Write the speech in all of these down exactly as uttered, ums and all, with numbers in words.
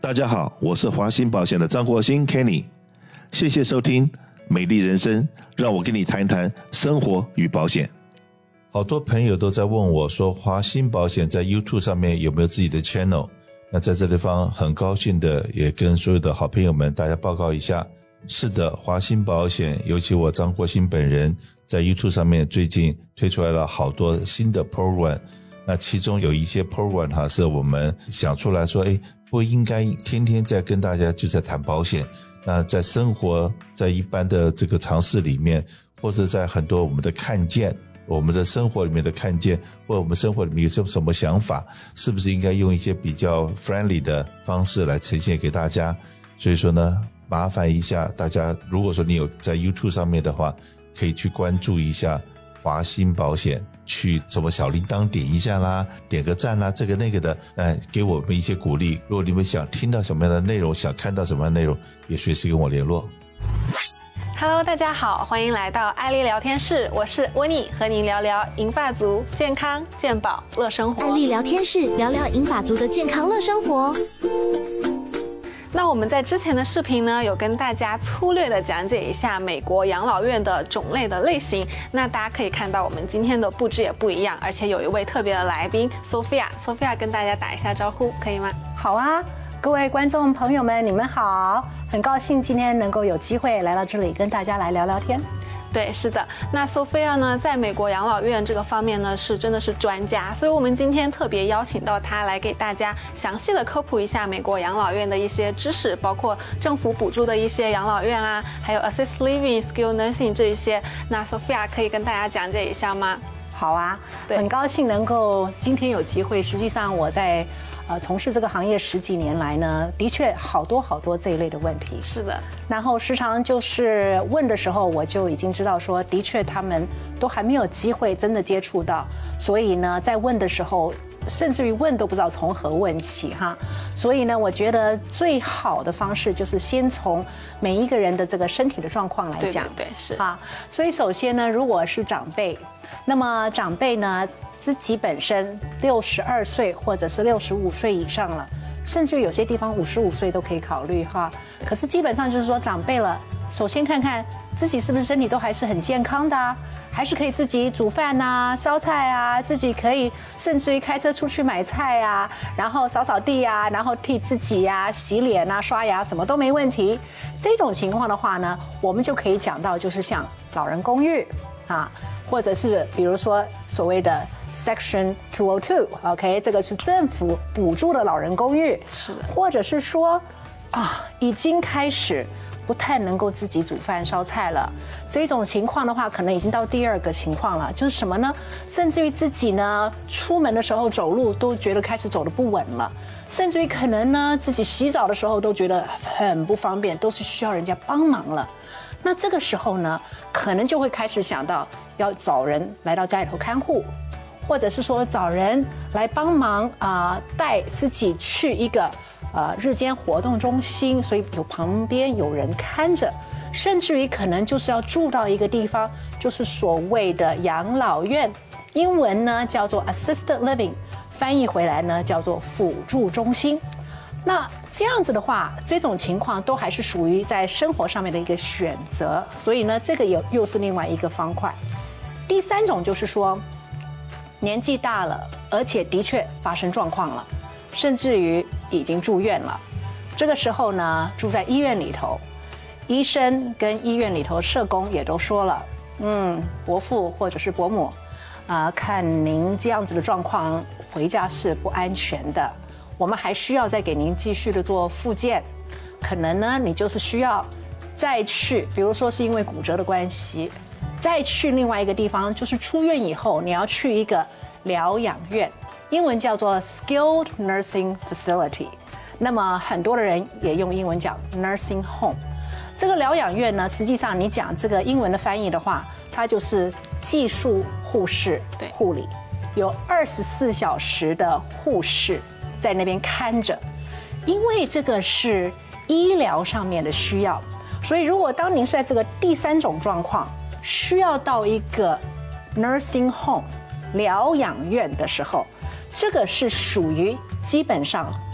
大家好，我是华兴保险的张国兴 Kenny， 谢谢收听美丽人生，让我跟你谈一谈生活与保险。好多朋友都在问我说，华兴保险在 YouTube 上面有没有自己的 channel？ 那在这地方很高兴的也跟所有的好朋友们大家报告一下，是的，华兴保险尤其我张国兴本人在 YouTube 上面最近推出来了好多新的 program， 那其中有一些 program 哈是我们想出来说，诶不应该天天在跟大家就在谈保险，那在生活在一般的这个常识里面，或者在很多我们的看见，我们的生活里面的看见，或者我们生活里面有什么什么想法，是不是应该用一些比较 friendly 的方式来呈现给大家。所以说呢，麻烦一下大家，如果说你有在 YouTube 上面的话，可以去关注一下华兴保险，去什么小铃铛点一下啦，点个赞啦，这个那个的，呃，给我们一些鼓励。如果你们想听到什么样的内容，想看到什么样的内容，也随时跟我联络。 Hello， 大家好，欢迎来到艾丽聊天室，我是温妮，和您聊聊银发族健康、健保、乐生活。 艾丽聊天室聊聊银发族的健康乐生活。 那我们在之前的视频呢，有跟大家粗略的讲解一下美国养老院的种类的类型。那大家可以看到，我们今天的布置也不一样，而且有一位特别的来宾 Sophia。Sophia 跟大家打一下招呼，可以吗？ 好啊，各位观众朋友们，你们好，很高兴今天能够有机会来到这里跟大家来聊聊天。 对，是的。那 Sophia 呢，在美国养老院这个方面呢，是真的是专家，所以我们今天特别邀请到她来给大家详细的科普一下美国养老院的一些知识，包括政府补助的一些养老院啊，还有 assist living、skilled nursing 这一些。那 Sophia 可以跟大家讲解一下吗？ 好啊，很高兴能够今天有机会。实际上我在呃从事这个行业十几年来呢，的确好多好多这一类的问题。 是的， 然后时常就是问的时候，我就已经知道说，的确他们都还没有机会真的接触到，所以呢，在问的时候，甚至于问都不知道从何问起哈。所以呢，我觉得最好的方式就是先从每一个人的这个身体的状况来讲， 对对对，是啊。所以首先呢，如果是长辈，那么长辈呢自己本身六十二岁或者是六十五岁以上了，甚至有些地方五十五岁都可以考虑哈。可是基本上就是说长辈了，首先看看自己是不是身体都还是很健康的啊，还是可以自己煮饭啊、烧菜啊，自己可以甚至于开车出去买菜啊，然后扫扫地啊，然后替自己呀、啊、洗脸啊、刷牙什么都没问题。这种情况的话呢，我们就可以讲到就是像老人公寓啊，或者是比如说所谓的 Section 二零二 OK， 这个是政府补助的老人公寓， 是的， 或者是说啊，已经开始不太能够自己煮饭烧菜了，这种情况的话，可能已经到第二个情况了，就是什么呢？甚至于自己呢，出门的时候走路都觉得开始走得不稳了，甚至于可能呢，自己洗澡的时候都觉得很不方便，都是需要人家帮忙了。那这个时候呢，可能就会开始想到要找人来到家里头看护，或者是说找人来帮忙啊、呃，带自己去一个呃日间活动中心，所以有旁边有人看着，甚至于可能就是要住到一个地方，就是所谓的养老院，英文呢叫做 assisted living， 翻译回来呢叫做辅助中心。那这样子的话，这种情况都还是属于在生活上面的一个选择，所以呢，这个又又是另外一个方块。第三种就是说，年纪大了，而且的确发生状况了，甚至于已经住院了。这个时候呢，住在医院里头，医生跟医院里头社工也都说了，嗯，伯父或者是伯母，啊、呃，看您这样子的状况，回家是不安全的。我们还需要再给您继续的做复健，可能呢，你就是需要再去，比如说是因为骨折的关系，再去另外一个地方，就是出院以后你要去一个疗养院，英文叫做 skilled nursing facility。那么很多的人也用英文讲 nursing home。这个疗养院呢，实际上你讲这个英文的翻译的话，它就是技术护士护理，有二十四小时的护士在那边看着，因为这个是医疗上面的需要，所以如果当您是在这个第三种状况，需要到一个 nursing home 疗养院的时候，这个是属于基本上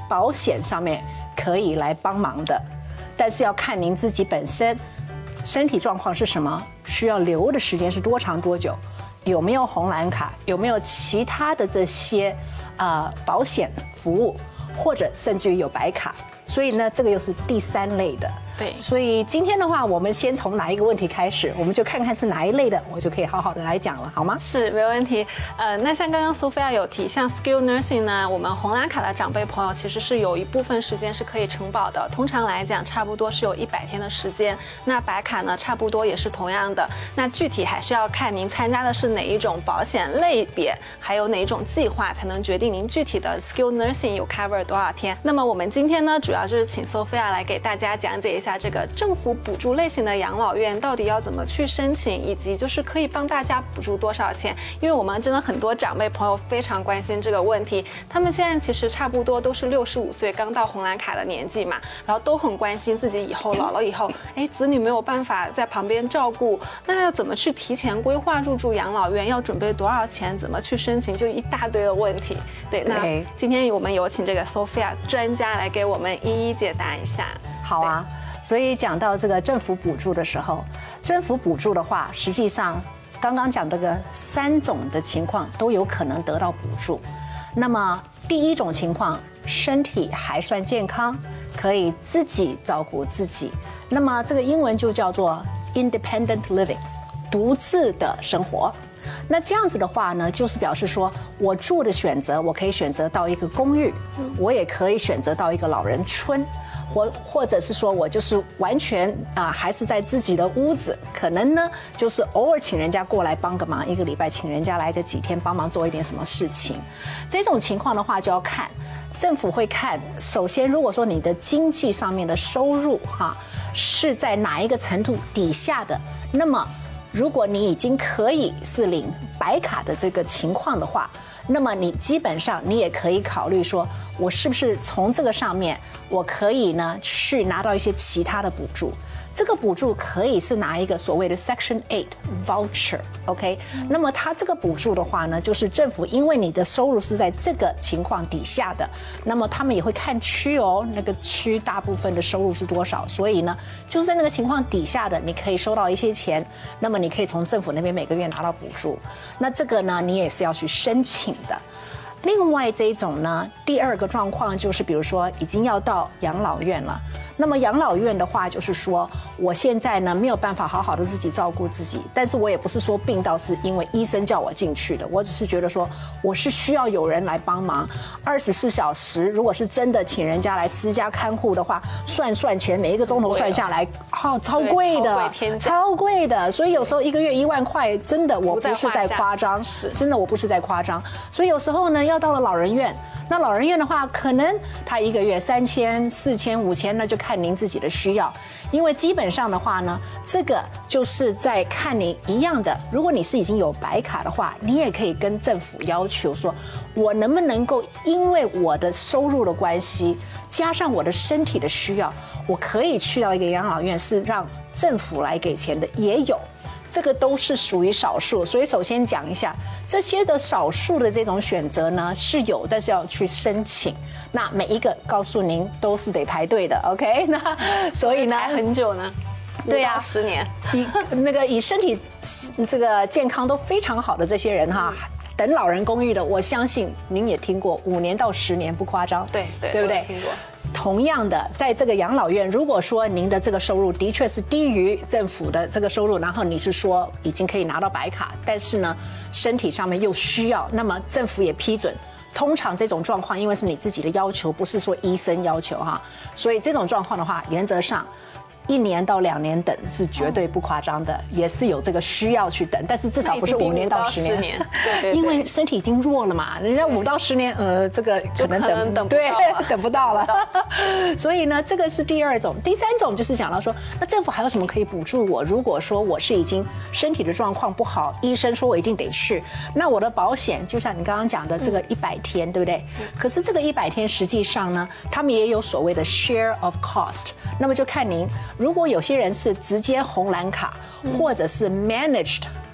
保险上面可以来帮忙的，但是要看您自己本身身体状况是什么，需要留的时间是多长多久，有没有红蓝卡，有没有其他的这些呃保险服务，或者甚至于有白卡，所以呢，这个又是第三类的。 对， 所以今天的话，我们先从哪一个问题开始，我们就看看是哪一类的，我就可以好好的来讲了，好吗？ 是，没问题。呃，那像刚刚苏菲亚有提，像 Skill Nursing 呢，我们红蓝卡的长辈朋友其实是有一部分时间是可以承保的，通常来讲差不多是有一百天的时间。那白卡呢，差不多也是同样的。那具体还是要看您参加的是哪一种保险类别，还有哪一种计划，才能决定您具体的 Skill Nursing 有 cover 多少天。那么我们今天呢，主要就是请苏菲亚来给大家讲解一下这个政府补助类型的养老院到底要怎么去申请，以及就是可以帮大家补助多少钱。因为我们真的很多长辈朋友非常关心这个问题，他们现在其实差不多都是六十五岁刚到红蓝卡的年纪嘛，然后都很关心自己以后老了以后，哎，子女没有办法在旁边照顾，那要怎么去提前规划入住养老院，要准备多少钱，怎么去申请，就一大堆的问题。对，那今天我们有请这个 Sophia 专家来给我们一一解答一下。 好啊。所以讲到这个政府补助的时候，政府补助的话，实际上刚刚讲这个三种的情况都有可能得到补助。那么第一种情况，身体还算健康，可以自己照顾自己，那么这个英文就叫做 independent living， 独自的生活。那这样子的话呢，就是表示说我住的选择，我可以选择到一个公寓，我也可以选择到一个老人村。或或者是说我就是完全啊、呃，还是在自己的屋子，可能呢就是偶尔请人家过来帮个忙，一个礼拜请人家来个几天帮忙做一点什么事情。这种情况的话就要看政府会看，首先如果说你的经济上面的收入哈是在哪一个程度底下的，那么如果你已经可以是领白卡的这个情况的话，那么你基本上你也可以考虑说，我是不是从这个上面我可以呢去拿到一些其他的补助。这个补助可以是拿一个所谓的 Section eight voucher，OK？、嗯、那么它这个补助的话呢，就是政府因为你的收入是在这个情况底下的，那么他们也会看区哦，那个区大部分的收入是多少，所以呢，就是在那个情况底下的，你可以收到一些钱，那么你可以从政府那边每个月拿到补助。那这个呢，你也是要去申请的。另外这一种呢，第二个状况就是，比如说已经要到养老院了。那么养老院的话，就是说我现在呢没有办法好好的自己照顾自己，但是我也不是说病到是因为医生叫我进去的，我只是觉得说我是需要有人来帮忙。二十四小时，如果是真的请人家来私家看护的话，算算钱，每一个钟头算下来，好、哦、超贵的，超贵的。所以有时候一个月一万块，真的我不是在夸张，真的我不是在夸张。所以有时候呢，要到了老人院。那老人院的话，可能他一个月三千、四千、五千，那就看您自己的需要。因为基本上的话呢，这个就是在看您一样的。如果你是已经有白卡的话，你也可以跟政府要求说，我能不能够因为我的收入的关系，加上我的身体的需要，我可以去到一个养老院，是让政府来给钱的，也有。这个都是属于少数，所以首先讲一下这些的少数的这种选择呢是有，但是要去申请。那每一个告诉您都是得排队的 ，OK？ 那所以呢， 排很久呢，对呀、啊，十年。 以那个以身体这个健康都非常好的这些人哈。等老人公寓的，我相信您也听过，五年到十年不夸张， 对对， 对不对？ 听过。 同样的，在这个养老院，如果说您的这个收入的确是低于政府的这个收入，然后你是说已经可以拿到白卡，但是呢，身体上面又需要，那么政府也批准。通常这种状况，因为是你自己的要求，不是说医生要求哈，所以这种状况的话，原则上。一年到两年等是绝对不夸张的，哦、也是有这个需要去等，但是至少不是五年到十年， 年对对对， 因为身体已经弱了嘛，人家五到十年，呃，这个可能等等对等不到了，所以呢，这个是第二种，第三种就是讲到说，那政府还有什么可以补助我？如果说我是已经身体的状况不好，医生说我一定得去，那我的保险就像你刚刚讲的这个一百天，嗯、对不对？嗯、可是这个一百天实际上呢，他们也有所谓的 share of cost， 那么就看您。如果有些人是直接红蓝卡，或者是 managed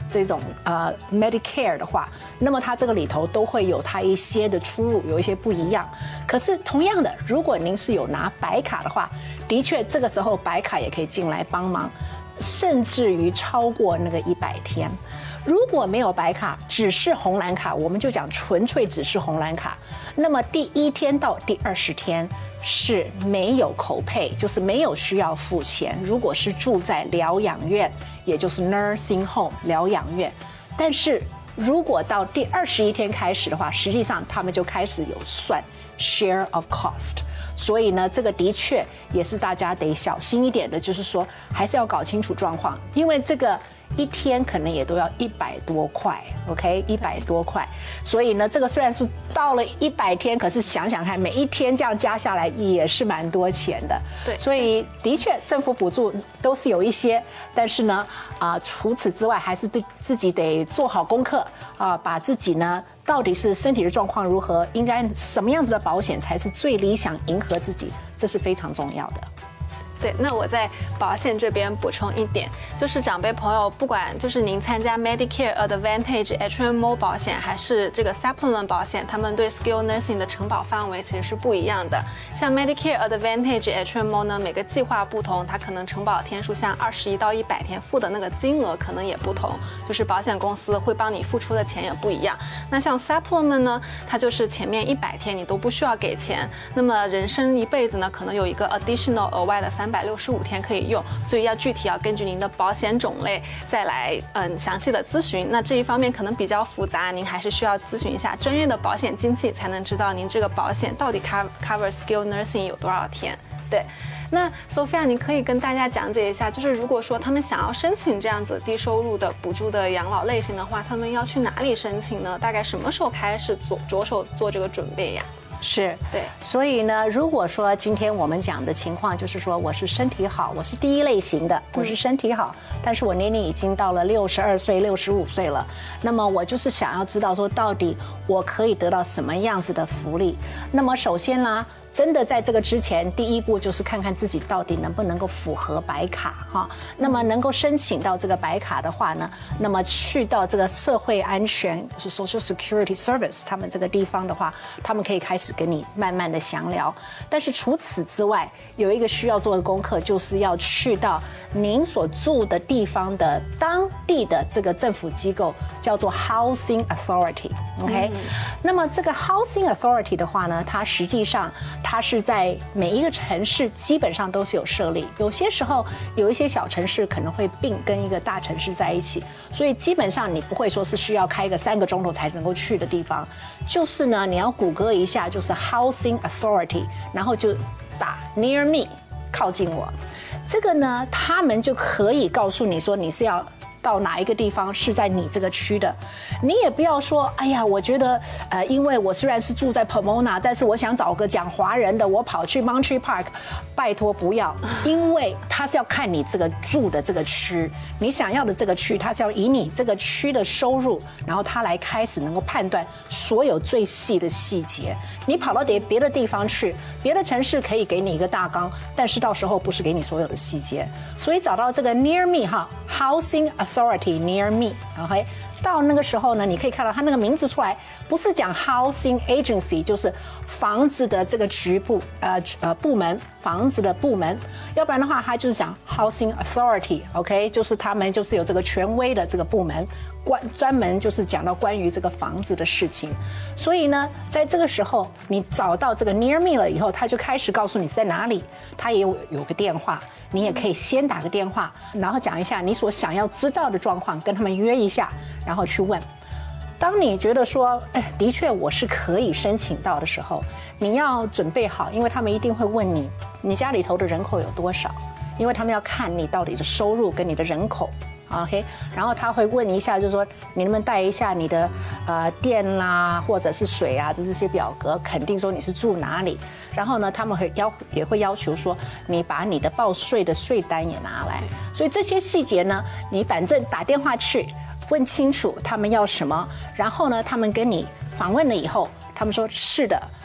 这种呃 Medicare 的话，那么它这个里头都会有它一些的出入，有一些不一样。可是同样的，如果您是有拿白卡的话，的确这个时候白卡也可以进来帮忙，甚至于超过那个一百天。如果没有白卡，只是红蓝卡，我们就讲纯粹只是红蓝卡，那么第一天到第二十天是没有口配，就是没有需要付钱。如果是住在疗养院，也就是 nursing home 疗养院，但是如果到第二十一天开始的话，实际上他们就开始有算 share of cost。所以呢，这个的确也是大家得小心一点的，就是说还是要搞清楚状况，因为这个一天可能也都要一百多块 ，OK， 一百多块。所以呢，这个虽然是到了一百天，可是想想看，每一天这样加下来也是蛮多钱的。 对， 所以的确政府补助都是有一些，但是呢，啊、呃，除此之外，还是对自己得做好功课啊、呃，把自己呢到底是身体的状况如何，应该什么样子的保险才是最理想，迎合自己，这是非常重要的。 对，那我在保险这边补充一点，就是长辈朋友，不管就是您参加 Medicare Advantage H M O 保险，还是这个 Supplement 保险，他们对 Skilled Nursing 的承保范围其实是不一样的。像 Medicare Advantage H M O 呢，每个计划不同，它可能承保天数像二十一到一百天付的那个金额可能也不同，就是保险公司会帮你付出的钱也不一样。那像 Supplement 呢，它就是前面一百天你都不需要给钱，那么人生一辈子呢，可能有一个 additional 额外的三百六十五天可以用，所以要具体要根据您的保险种类再来嗯详细的咨询。那这一方面可能比较复杂，您还是需要咨询一下专业的保险经纪，才能知道您这个保险到底 cover cover skilled nursing 有多少天。对，那 Sophia 你可以跟大家讲解一下，就是如果说他们想要申请这样子低收入的补助的养老类型的话，他们要去哪里申请呢？大概什么时候开始做着手做这个准备呀？ 是对， 所以呢，如果说今天我们讲的情况就是说，我是身体好，我是第一类型的，我是身体好，但是我年龄已经到了六十二岁、六十五岁了，那么我就是想要知道说，到底我可以得到什么样子的福利？那么首先呢，真的在这个之前，第一步就是看看自己到底能不能够符合白卡哈。那么能够申请到这个白卡的话呢，那么去到这个社会安全是 Social Security Service 他们这个地方的话，他们可以开始跟你慢慢的详聊。但是除此之外，有一个需要做的功课，就是要去到您所住的地方的当地的这个政府机构，叫做 Housing Authority。OK，、嗯、那么这个 Housing Authority 的话呢，它实际上它是在每一个城市基本上都是有设立，有些时候有一些小城市可能会并跟一个大城市在一起，所以基本上你不会说是需要开个三个钟头才能够去的地方，就是呢你要谷歌一下，就是 Housing Authority， 然后就打 Near Me， 靠近我，这个呢他们就可以告诉你说你是要到哪一个地方是在你这个区的，你也不要说，哎呀，我觉得，呃，因为我虽然是住在 Pomona， 但是我想找个讲华人的，我跑去 Monterey Park， 拜托不要，因为他是要看你这个住的这个区，你想要的这个区，他是要以你这个区的收入，然后他来开始能够判断所有最细的细节。你跑到别别的地方去，别的城市可以给你一个大纲，但是到时候不是给你所有的细节，所以找到这个 Near Me 哈 ，Housing Authority Near Me，OK，、okay? 到那个时候呢，你可以看到它那个名字出来，不是讲 Housing Agency， 就是房子的这个局部，呃呃部门，房子的部门，要不然的话，它就是讲 Housing Authority，OK，、okay? 就是他们就是有这个权威的这个部门，关专门就是讲到关于这个房子的事情，所以呢，在这个时候你找到这个 Near Me 了以后，他就开始告诉你在哪里，他也有有个电话。你也可以先打个电话，然后讲一下你所想要知道的状况，跟他们约一下，然后去问。当你觉得说，哎，的确我是可以申请到的时候，你要准备好，因为他们一定会问你，你家里头的人口有多少，因为他们要看你到底的收入跟你的人口。OK， 然后他会问一下，就是说你能不能带一下你的呃电啦，或者是水啊的这些表格，肯定说你是住哪里。然后呢，他们会要也会要求说你把你的报税的税单也拿来。所以这些细节呢，你反正打电话去问清楚他们要什么，然后呢，他们跟你访问了以后，他们说是的，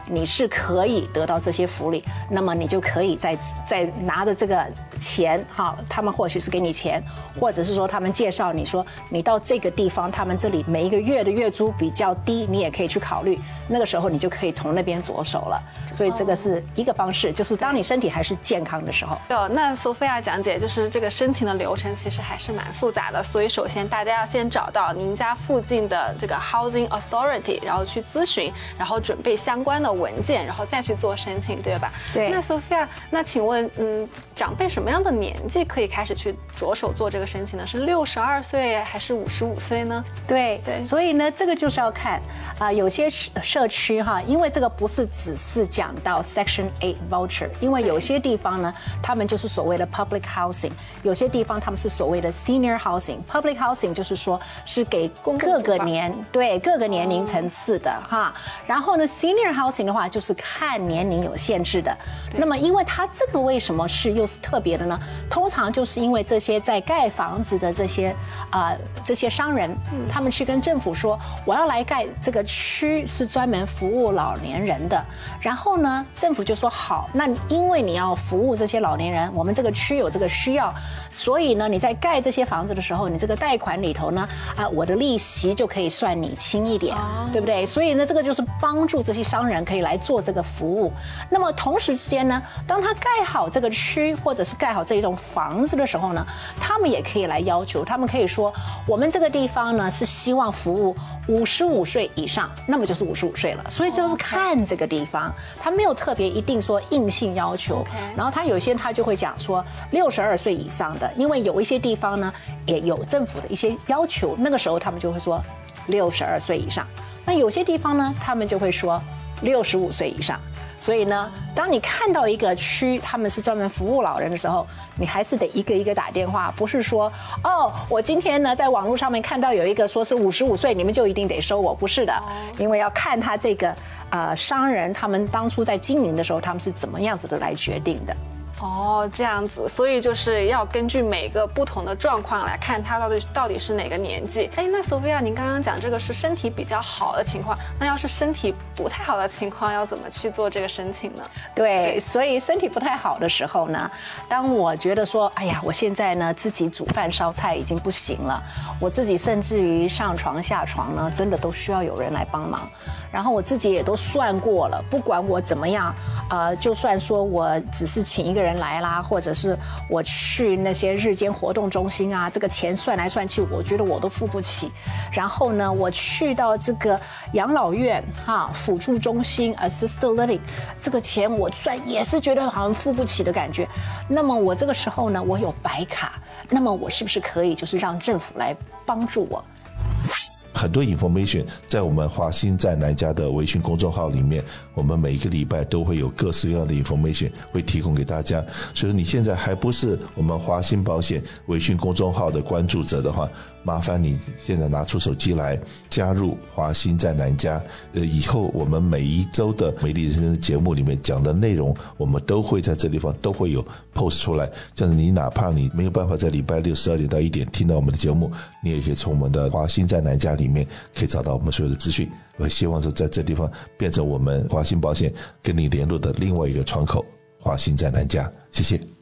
你是可以得到这些福利，那么你就可以再再拿着这个钱哈，他们或许是给你钱，或者是说他们介绍你说你到这个地方，他们这里每一个月的月租比较低，你也可以去考虑，那个时候你就可以从那边着手了。所以这个是一个方式，就是当你身体还是健康的时候。 哦，那索菲亚讲解就是这个申请的流程其实还是蛮复杂的，所以首先大家要先找到您家附近的这个 Housing Authority， 然后去咨询，然后准备相关的文件，然后再去做申请，对吧？ 对。 那索菲亚，那请问，嗯，长辈什么样的年纪可以开始去着手做这个申请呢？是六十二岁还是五十五岁呢？ 对对。所以呢，这个就是要看啊、呃，有些社区哈，因为这个不是只是讲到 Section eight voucher， 因为有些地方呢，他们就是所谓的 public housing， 有些地方他们是所谓的 senior housing。public housing 就是说是给各个年对各个年龄层次的、哦、哈。然后呢 ，senior housing 的话就是看年龄有限制的。那么，因为它这个为什么是又是特别的呢？通常就是因为这些在盖房子的这些啊、呃、这些商人，嗯、他们去跟政府说，我要来盖这个区是专门服务老年人的。然后呢，政府就说好，那因为你要服务这些老年人，我们这个区有这个需要，所以呢，你在盖这些房子的时候，你这个贷款里头呢，啊，我的利息就可以算你轻一点，哦、对不对？所以呢，这个就是帮助这些商人可以来做这个服务。那么同时之间呢，当他盖好这个区或者是盖好这一栋房子的时候呢，他们也可以来要求，他们可以说，我们这个地方呢是希望服务五十五岁以上，那么就是五十五岁了。所以就是看这个地方，他没有特别一定说硬性要求。 Okay. 然后他有些他就会讲说六十二岁以上的，因为有一些地方呢也有政府的一些要求，那个时候他们就会说六十二岁以上。那有些地方呢，他们就会说六十五岁以上。所以呢，当你看到一个区他们是专门服务老人的时候，你还是得一个一个打电话，不是说哦，我今天呢在网络上面看到有一个说是五十五岁，你们就一定得收我，不是的，因为要看他这个呃商人他们当初在经营的时候，他们是怎么样子的来决定的。 哦，这样子，所以就是要根据每个不同的状况来看他到底到底是哪个年纪。哎，那索菲亚，您刚刚讲这个是身体比较好的情况，那要是身体不太好的情况，要怎么去做这个申请呢？ 对，所以身体不太好的时候呢，当我觉得说，哎呀，我现在呢自己煮饭烧菜已经不行了，我自己甚至于上床下床呢，真的都需要有人来帮忙。然后我自己也都算过了，不管我怎么样，呃，就算说我只是请一个人来啦，或者是我去那些日间活动中心啊，这个钱算来算去，我觉得我都付不起。然后呢，我去到这个养老院哈辅助中心 assisted living， 这个钱我算也是觉得好像付不起的感觉。那么我这个时候呢，我有白卡，那么我是不是可以就是让政府来帮助我？ 很多 information 在我们华兴在南家的微信公众号里面，我们每一个礼拜都会有各式各样的 information 会提供给大家。所以你现在还不是我们华兴保险微信公众号的关注者的话，麻烦你现在拿出手机来加入华兴在南家。呃，以后我们每一周的美丽人生的节目里面讲的内容，我们都会在这地方都会有 post 出来。这样你哪怕你没有办法在礼拜六十二点到一点听到我们的节目，你也可以从我们的华兴在南家里面可以找到我们所有的资讯。我希望是在这地方变成我们华兴保险跟你联络的另外一个窗口，华兴在南家。谢谢。